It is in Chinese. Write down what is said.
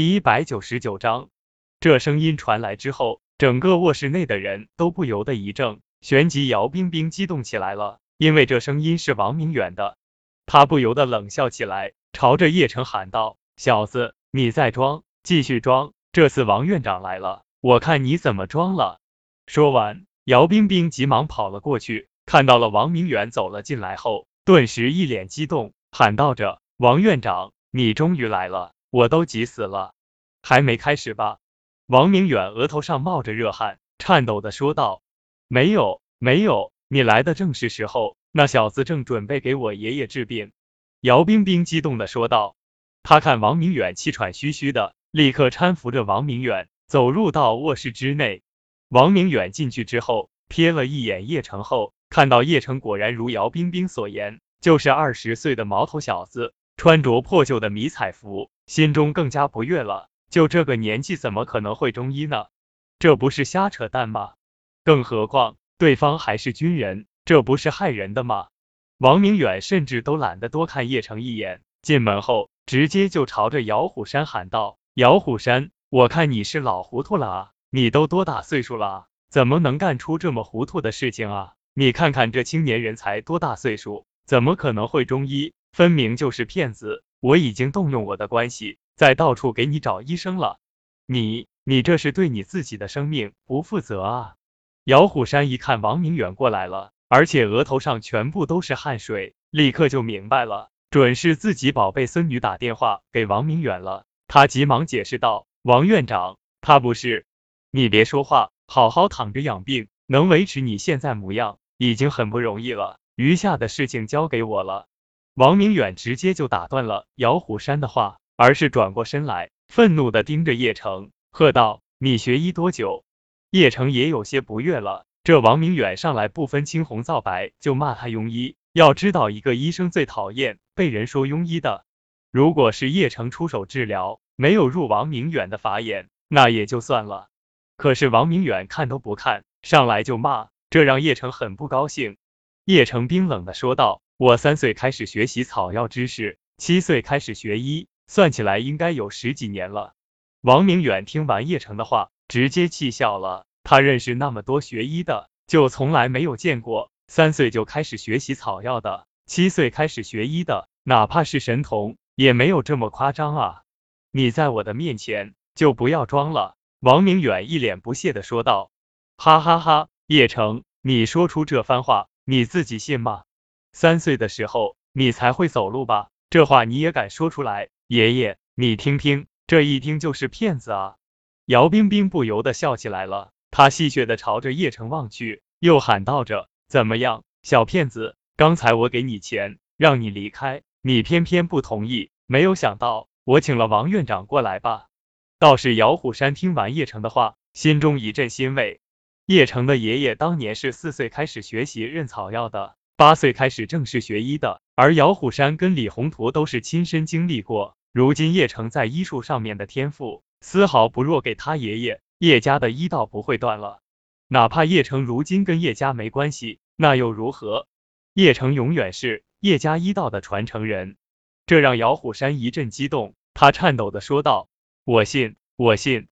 第199章，这声音传来之后，整个卧室内的人都不由得一怔，旋即姚冰冰激动起来了，因为这声音是王明远的。他不由得冷笑起来，朝着叶城喊道：“小子，你再装，继续装，这次王院长来了，我看你怎么装了。”说完，姚冰冰急忙跑了过去，看到了王明远走了进来后，顿时一脸激动，喊道着：“王院长，你终于来了，我都急死了。”还没开始吧？王明远额头上冒着热汗，颤抖的说道：“没有，你来的正是时候，那小子正准备给我爷爷治病。”姚冰冰激动的说道。他看王明远气喘吁吁的，立刻搀扶着王明远走入到卧室之内。王明远进去之后，瞥了一眼叶城后，看到叶城果然如姚冰冰所言，就是20岁的毛头小子，穿着破旧的迷彩服，心中更加不悦了。就这个年纪怎么可能会中医呢？这不是瞎扯淡吗？更何况对方还是军人，这不是害人的吗？王明远甚至都懒得多看叶城一眼，进门后直接就朝着姚虎山喊道：“姚虎山，我看你是老糊涂了啊！你都多大岁数了啊？怎么能干出这么糊涂的事情啊？你看看这青年人才多大岁数，怎么可能会中医？分明就是骗子！我已经动用我的关系，在到处给你找医生了。你这是对你自己的生命不负责啊！”姚虎山一看王明远过来了，而且额头上全部都是汗水，立刻就明白了，准是自己宝贝孙女打电话给王明远了。他急忙解释道：“王院长，他不是……你别说话，好好躺着养病，能维持你现在模样，已经很不容易了，余下的事情交给我了。”王明远直接就打断了姚虎山的话，而是转过身来，愤怒的盯着叶城，喝道：“你学医多久？”叶城也有些不悦了，这王明远上来不分青红皂白就骂他庸医，要知道一个医生最讨厌被人说庸医的。如果是叶城出手治疗，没有入王明远的法眼，那也就算了。可是王明远看都不看，上来就骂，这让叶城很不高兴。叶城冰冷的说道：“我3岁开始学习草药知识，7岁开始学医，算起来应该有10几年了。”王明远听完叶城的话，直接气笑了。他认识那么多学医的，就从来没有见过3岁就开始学习草药的，7岁开始学医的，哪怕是神童，也没有这么夸张啊！你在我的面前就不要装了。”王明远一脸不屑的说道。哈哈哈，叶城，你说出这番话，你自己信吗？3岁的时候你才会走路吧？这话你也敢说出来？爷爷，你听听，这一听就是骗子啊！姚冰冰不由得笑起来了，她戏谑的朝着叶城望去，又喊道着：“怎么样，小骗子，刚才我给你钱，让你离开，你偏偏不同意，没有想到我请了王院长过来吧？”倒是姚虎山听完叶城的话，心中一阵欣慰。叶城的爷爷当年是4岁开始学习认草药的，8岁开始正式学医的，而姚虎山跟李宏图都是亲身经历过。如今叶城在医术上面的天赋，丝毫不弱给他爷爷，叶家的医道不会断了。哪怕叶城如今跟叶家没关系，那又如何？叶城永远是叶家医道的传承人。这让姚虎山一阵激动，他颤抖的说道：“我信，